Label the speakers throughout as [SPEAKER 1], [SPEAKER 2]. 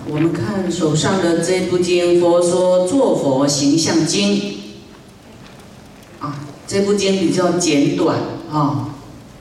[SPEAKER 1] 我们看手上的这部经，佛说《作佛形象经》啊，这部经比较简短啊。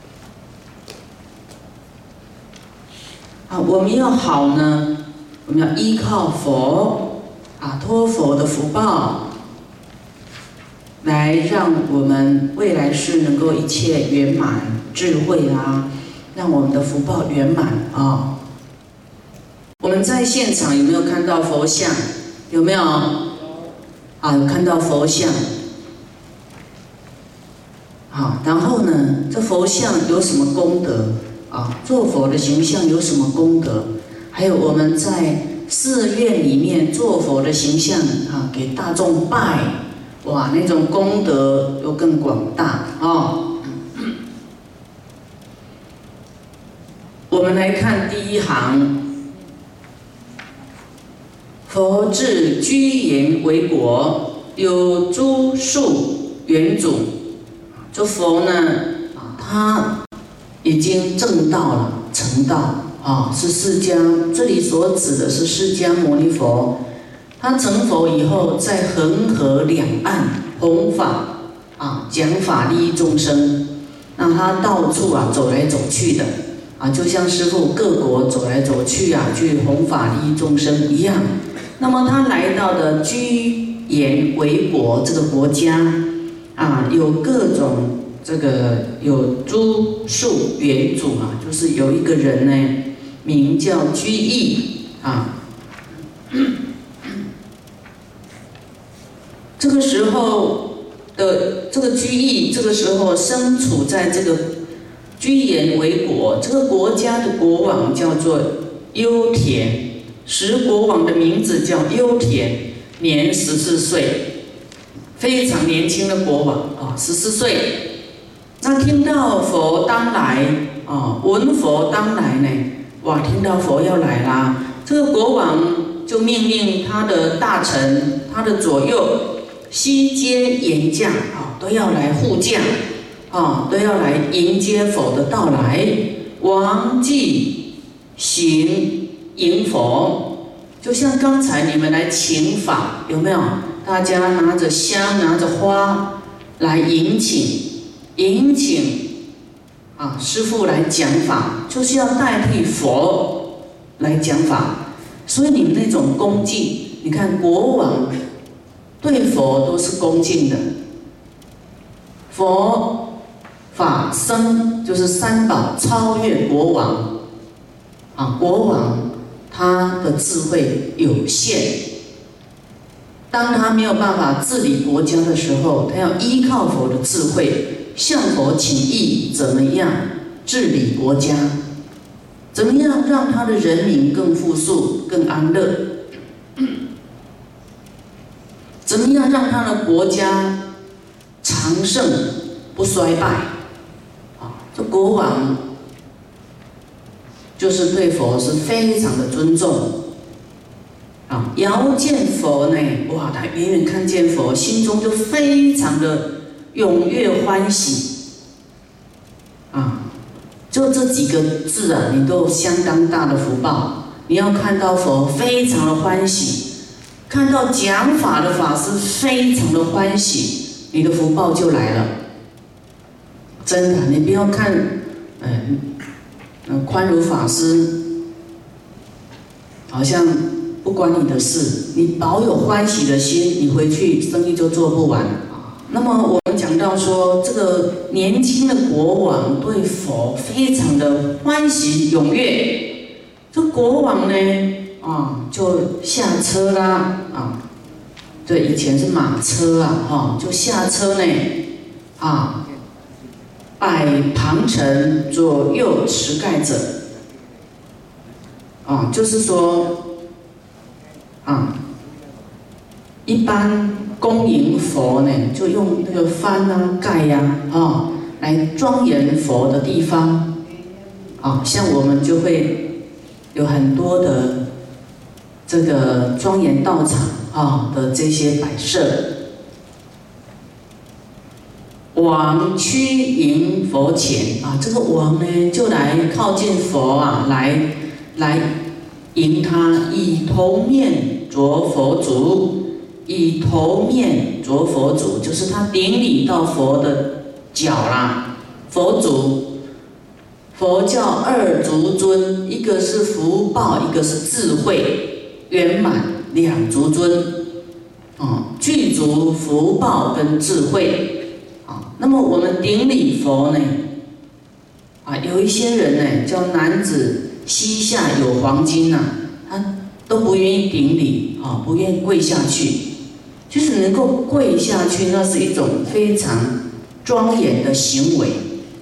[SPEAKER 1] 我们要好呢，我们要依靠佛啊，托佛的福报，来让我们未来世能够一切圆满智慧啊，让我们的福报圆满啊。我们在现场有没有看到佛像？有没有？有看到佛像。好，然后呢，这佛像有什么功德啊？做佛的形象有什么功德？还有我们在寺院里面做佛的形象啊，给大众拜，哇，那种功德又更广大啊。我们来看第一行。佛至居延为国，有诸树园主。这佛呢，他已经证道了，成道啊，是释迦。这里所指的是释迦牟尼佛。他成佛以后，在恒河两岸弘法啊，讲法利益众生。那他到处走来走去的啊，就像师父各国走来走去去弘法利益众生一样。那么他来到的居延为国这个国家有各种这个有诸树园主就是有一个人呢，名叫居易这个时候的这个居易，这个时候身处在这个居延为国，这个国家的国王叫做优田。时国王的名字叫优田，年14岁，非常年轻的国王14岁。那听到佛当来闻佛当来呢，哇，听到佛要来啦，这个国王就命令他的大臣、他的左右悉皆严驾都要来护驾都要来迎接佛的到来。王既行迎佛，就像刚才你们来请法，有没有？大家拿着香，拿着花来迎请师父来讲法，就是要代替佛来讲法。所以你们那种恭敬，你看国王对佛都是恭敬的，佛法僧就是三宝超越国王国王他的智慧有限，当他没有办法治理国家的时候，他要依靠佛的智慧，向佛请益，怎么样治理国家，怎么样让他的人民更富庶、更安乐，怎么样让他的国家长盛不衰败这国王就是对佛是非常的尊重遥见佛呢，哇，他远远看见佛，心中就非常的踊跃欢喜就这几个字你都有相当大的福报。你要看到佛非常的欢喜，看到讲法的法师非常的欢喜，你的福报就来了。真的，你不要看宽如法师好像不关你的事，你保有欢喜的心，你回去生意就做不完那么我们讲到说，这个年轻的国王对佛非常的欢喜踊跃，这国王呢就下车啦对，以前是马车就下车呢拜旁臣左右持盖者就是说一般恭迎佛呢，就用那个幡盖来庄严佛的地方像我们就会有很多的这个庄严道场的这些摆设。王趋迎佛前这个王呢就来靠近佛来迎他以头面着佛足，以头面着佛足，就是他顶礼到佛的脚啦，佛足。佛教二足尊，一个是福报，一个是智慧圆满，两足尊，具足福报跟智慧。那么我们顶礼佛呢，有一些人呢叫男子膝下有黄金呐，他都不愿意顶礼，不愿意跪下去。就是能够跪下去，那是一种非常庄严的行为。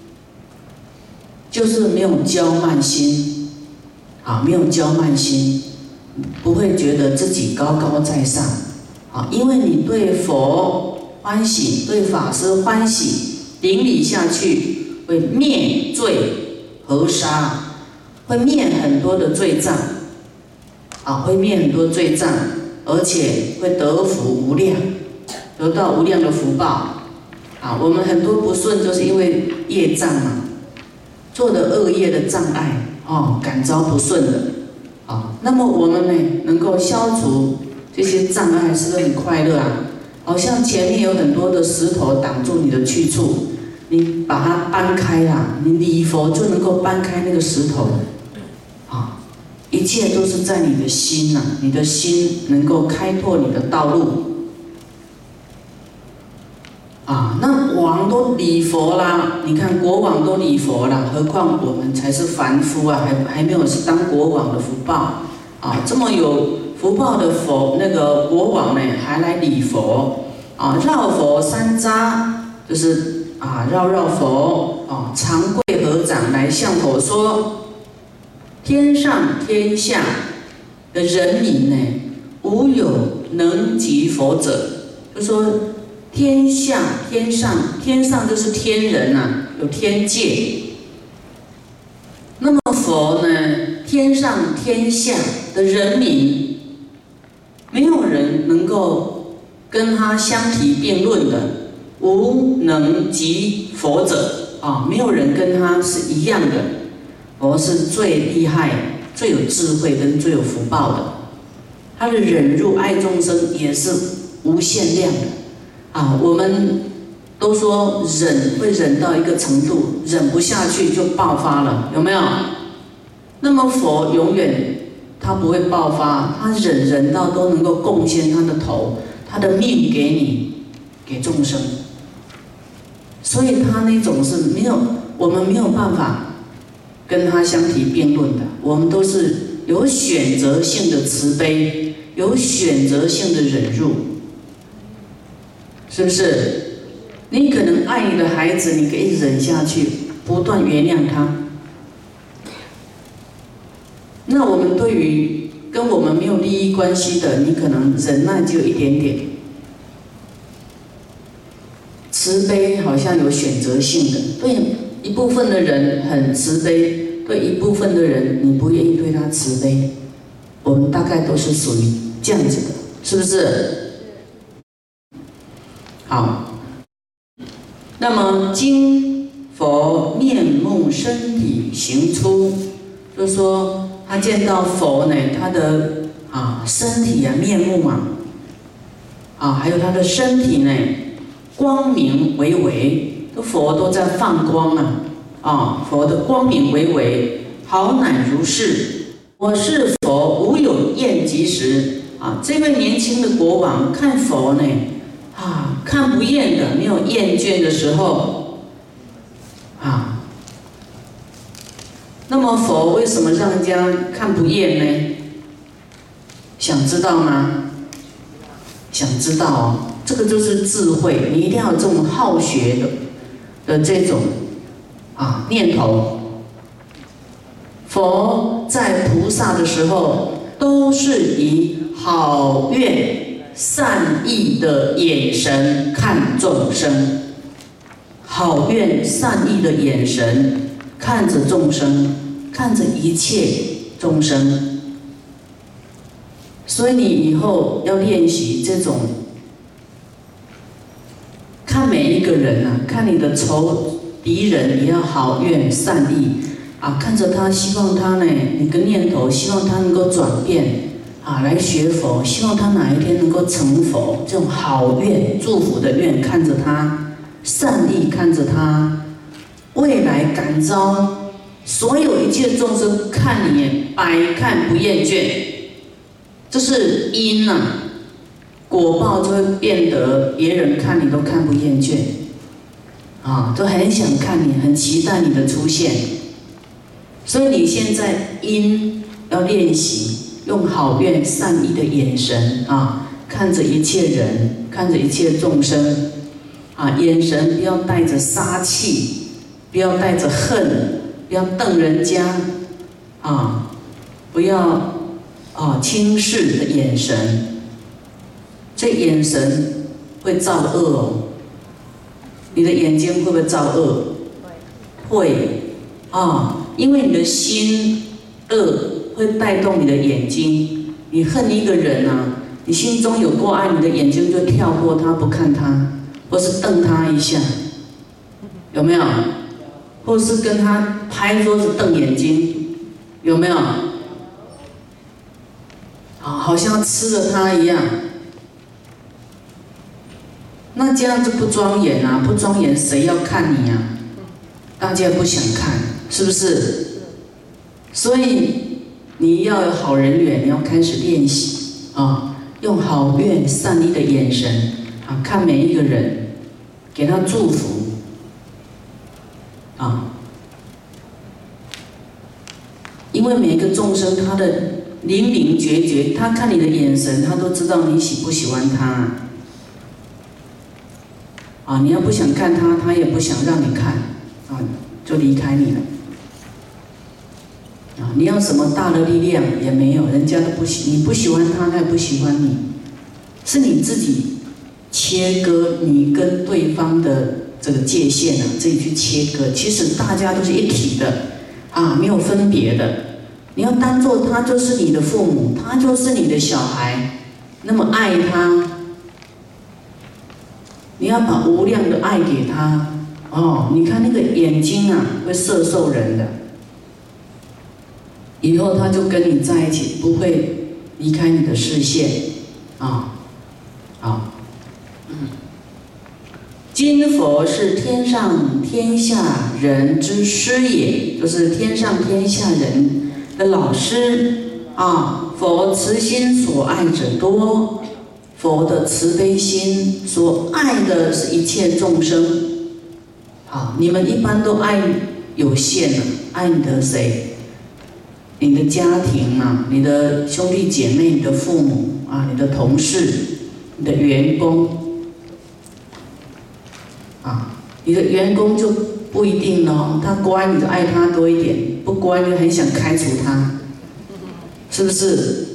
[SPEAKER 1] 就是没有骄慢心，没有骄慢心，不会觉得自己高高在上，因为你对佛欢喜，对法师欢喜，顶礼下去会灭罪河沙，会灭很多的罪障，会灭很多罪障，而且会得福无量，得到无量的福报。我们很多不顺就是因为业障嘛。做的恶业的障碍，感遭不顺的，那么我们呢，能够消除这些障碍，是不是很快乐啊？好像前面有很多的石头挡住你的去处，你把它搬开啦，你礼佛就能够搬开那个石头，一切都是在你的心呐，你的心能够开拓你的道路。那王都礼佛啦，你看国王都礼佛啦，何况我们才是凡夫啊，还没有当国王的福报这么有福报的那个国王呢，还来礼佛绕佛三匝，就是绕佛长跪合掌来向佛说，天上天下的人民呢，无有能及佛者，就说。天下天上，天上就是天人有天界。那么佛呢，天上天下的人民，没有人能够跟他相提并论的，无能及佛者没有人跟他是一样的。佛是最厉害、最有智慧跟最有福报的，他的忍辱爱众生也是无限量的。我们都说忍会忍到一个程度，忍不下去就爆发了，有没有？那么佛永远他不会爆发，他忍到都能够贡献他的头、他的命给你，给众生。所以他那种是我们没有办法跟他相提并论的。我们都是有选择性的慈悲，有选择性的忍辱。是不是？你可能爱你的孩子，你可以忍下去，不断原谅他。那我们对于跟我们没有利益关系的，你可能忍耐就一点点。慈悲好像有选择性的，对一部分的人很慈悲，对一部分的人你不愿意对他慈悲。我们大概都是属于这样子的，是不是？好，那么今佛面目身体行出，就是说他见到佛呢，他的身体面目还有他的身体呢，光明微微，佛都在放光佛的光明微微，好乃如是。我是佛，无有厌极时这位年轻的国王看佛呢。看不厌的，没有厌倦的时候，那么佛为什么让人家看不厌呢？想知道吗？想知道这个就是智慧，你一定要有这种好学的这种念头。佛在菩萨的时候，都是以好愿。善意的眼神看众生，好愿善意的眼神看着众生，看着一切众生。所以你以后要练习这种，看每一个人看你的仇敌人也要好愿善意啊，看着他，希望他呢，你个念头，希望他能够转变，啊，来学佛，希望他哪一天能够成佛，这种好愿、祝福的愿，看着他，善意看着他，未来感召所有一切众生看你百看不厌倦，这是因呐，果报就会变得别人看你都看不厌倦，啊，都很想看你，很期待你的出现。所以你现在因要练习，用好愿善意的眼神啊，看着一切人，看着一切众生，啊，眼神不要带着杀气，不要带着恨，不要瞪人家，啊，不要轻视的眼神，这眼神会造恶哦。你的眼睛会不会造恶？会啊。因为你的心恶会带动你的眼睛，你恨一个人啊，你心中有过爱，你的眼睛就跳过他不看他，或是瞪他一下，有没有？或是跟他拍桌子瞪眼睛，有没有？啊，好像吃了他一样。那这样子不庄严啊，不庄严谁要看你啊？大家不想看。是不是？所以你要有好人缘，你要开始练习啊，用好愿善意的眼神啊，看每一个人，给他祝福啊。因为每一个众生他的灵灵觉觉，他看你的眼神，他都知道你喜不喜欢他啊。你要不想看他，他也不想让你看啊，就离开你了。啊，你要什么大的力量也没有，人家都不喜，你不喜欢他，他也不喜欢你，是你自己切割你跟对方的这个界限啊，自己去切割。其实大家都是一体的，啊，没有分别的。你要当作他就是你的父母，他就是你的小孩，那么爱他，你要把无量的爱给他。哦，你看那个眼睛啊，会摄受人的。以后他就跟你在一起，不会离开你的视线，啊，好，今佛是天上天下人之师也，就是天上天下人的老师啊。佛慈心所爱者多，佛的慈悲心所爱的是一切众生。啊，你们一般都爱有限了，爱你的谁？你的家庭嘛，你的兄弟姐妹，你的父母啊，你的同事，你的员工啊，你的员工就不一定哦，他乖你就爱他多一点，不乖就很想开除他，是不是？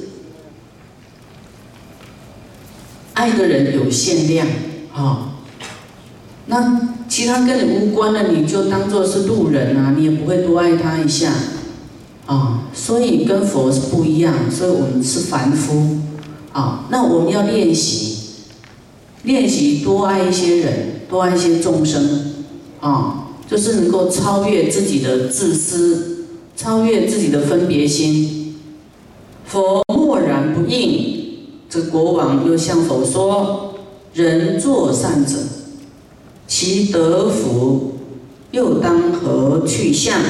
[SPEAKER 1] 爱的人有限量啊，那其他跟你无关的，你就当作是路人啊，你也不会多爱他一下。啊，所以跟佛是不一样，所以我们是凡夫，啊，那我们要练习，练习多爱一些人，多爱一些众生，啊，就是能够超越自己的自私，超越自己的分别心。佛默然不应，这国王又向佛说：人作善者，其得福又当何去向？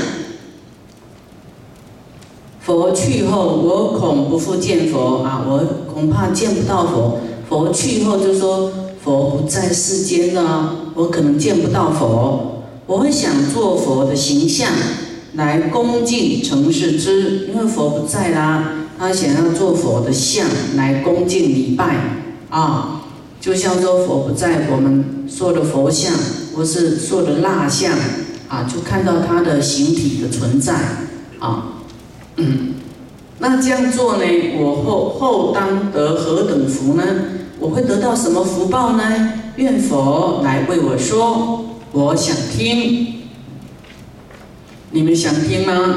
[SPEAKER 1] 佛去后，我恐不复见佛啊！我恐怕见不到佛。佛去后就说佛不在世间了，我可能见不到佛。我会想做佛的形象来恭敬承事之，因为佛不在啦，他想要做佛的像来恭敬礼拜啊。就像说佛不在，我们塑的佛像或是塑的蜡像啊，就看到他的形体的存在啊。那这样做呢，我后当得何等福呢？我会得到什么福报呢？愿佛来为我说，我想听。你们想听吗？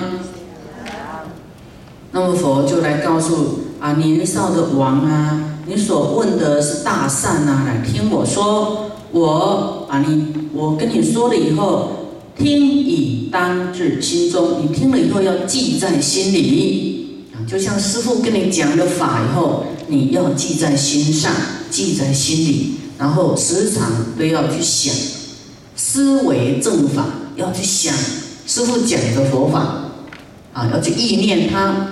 [SPEAKER 1] 那么佛就来告诉啊，年少的王啊，你所问的是大善啊，来听我说。我跟你说了以后， 听以当至心中，你听了以后要记在心里啊，就像师父跟你讲的法以后，你要记在心上，记在心里，然后时常都要去想，思维正法，要去想师父讲的佛法啊，要去意念它。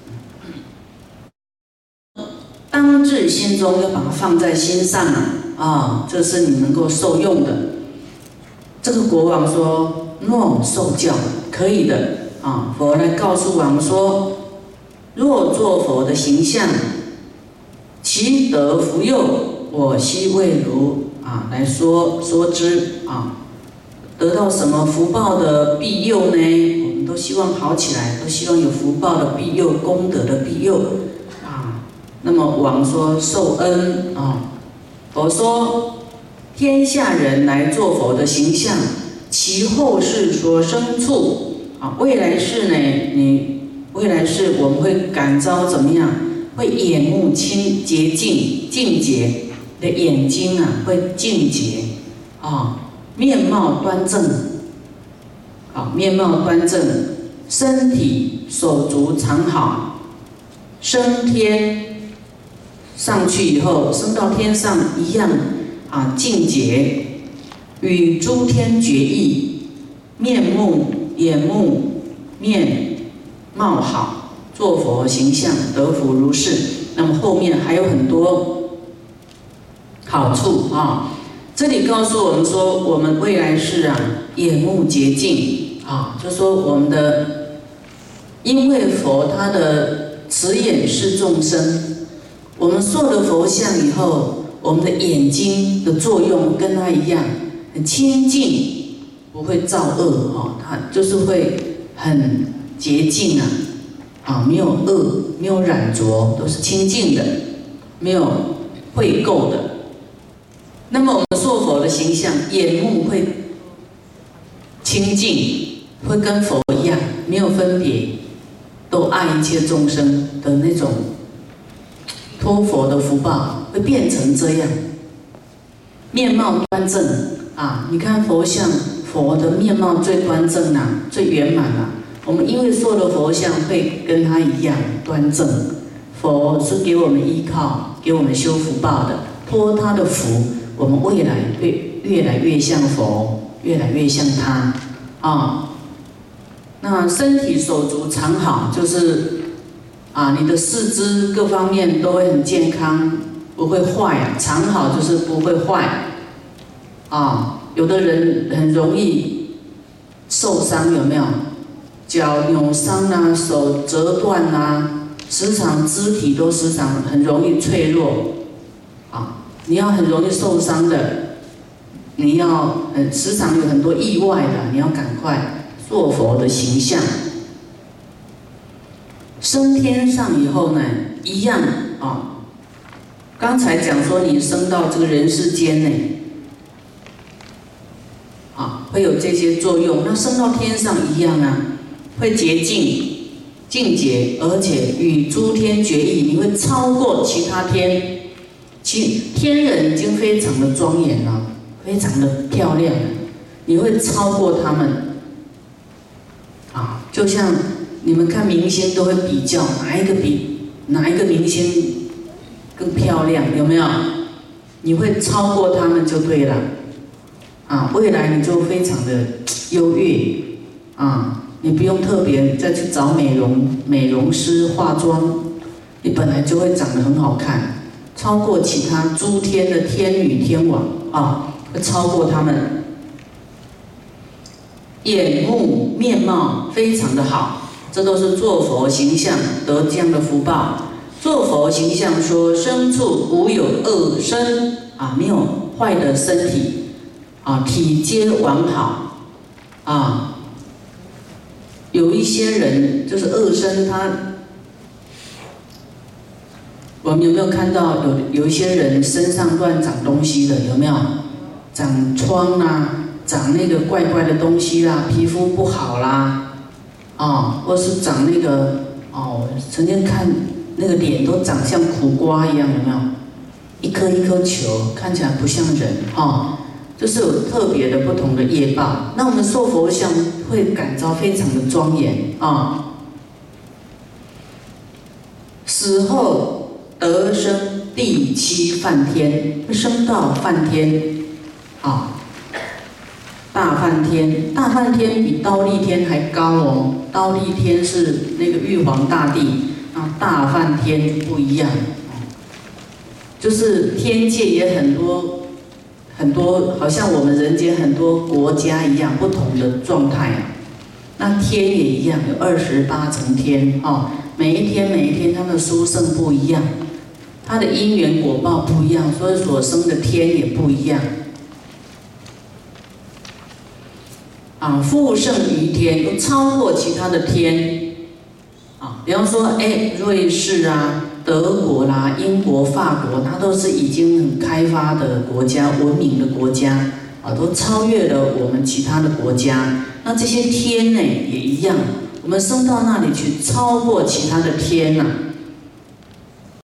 [SPEAKER 1] 当至心中，要把它放在心上啊，这是你能够受用的。这个国王说：“诺，受教，可以的啊。”佛来告诉王说：“若作佛的形象，其得福佑，我悉为如啊来说之啊。得到什么福报的庇佑呢？我们都希望好起来，都希望有福报的庇佑，功德的庇佑。”那么王说受恩啊，佛说天下人来做佛的形象，其后世所生处啊，未来世呢，未来世我们会感召怎么样？会眼目清洁净，净洁的眼睛啊会净洁啊，面貌端正啊，面貌端正，身体手足常好，升天。上去以后，升到天上一样啊，净洁，与诸天决意，面目、眼目、面貌好，作佛形象，得福如是。那么后面还有很多好处啊。这里告诉我们说，我们未来世啊，眼目洁净啊，就说我们的，因为佛他的慈眼视众生。我们塑了佛像以后，我们的眼睛的作用跟它一样，很清净，不会造恶哦，它就是会很洁净啊，没有恶，没有染浊，都是清净的，没有秽垢的。那么我们塑佛的形象，眼目会清净，会跟佛一样，没有分别，都爱一切众生的那种。托佛的福报会变成这样，面貌端正啊！你看佛像，佛的面貌最端正最圆满我们因为塑了佛像，会跟他一样端正。佛是给我们依靠，给我们修福报的，托他的福，我们未来会越来越像佛，越来越像他啊。那身体手足常好，就是你的四肢各方面都会很健康，不会坏常好就是不会坏有的人很容易受伤，有没有？脚扭伤手折断时常肢体都时常很容易脆弱你要很容易受伤的，你要时常有很多意外的，你要赶快做佛的形象。升天上以后呢，一样刚才讲说你升到这个人世间呢，会有这些作用。那升到天上一样会洁净、净洁，而且与诸天决意，你会超过其他天。天人已经非常的庄严了，非常的漂亮了，你会超过他们就像你们看明星都会比较哪一个明星更漂亮，有没有？你会超过他们就对了未来你就非常的优越你不用特别再去找美容师化妆，你本来就会长得很好看，超过其他诸天的天女天王会超过他们。眼目面貌非常的好，这都是做佛形象得这样的福报。做佛形象说，生处无有恶身没有坏的身体体皆完好有一些人就是恶身，我们有没有看到有一些人身上乱长东西的？有没有？长疮长那个怪怪的东西皮肤不好或是长那个曾经看那个脸都长像苦瓜一样，有没有？一颗一颗球，看起来不像人就是有特别的不同的业报。那我们塑佛像会感召非常的庄严啊。死后得生第七梵天，会升到梵天啊。大梵天，大梵天比忉利天还高哦。忉利天是那个玉皇大帝，啊，大梵天不一样，就是天界也很多很多，好像我们人间很多国家一样，不同的状态啊。那天也一样，有28层天哦，每一天他们的殊胜不一样，他的因缘果报不一样，所以所生的天也不一样。啊，复胜于天，都超过其他的天。啊，比方说，瑞士啊、德国啦、英国、法国，它都是已经很开发的国家、文明的国家，啊，都超越了我们其他的国家。那这些天呢，也一样，我们升到那里去，超过其他的天呐。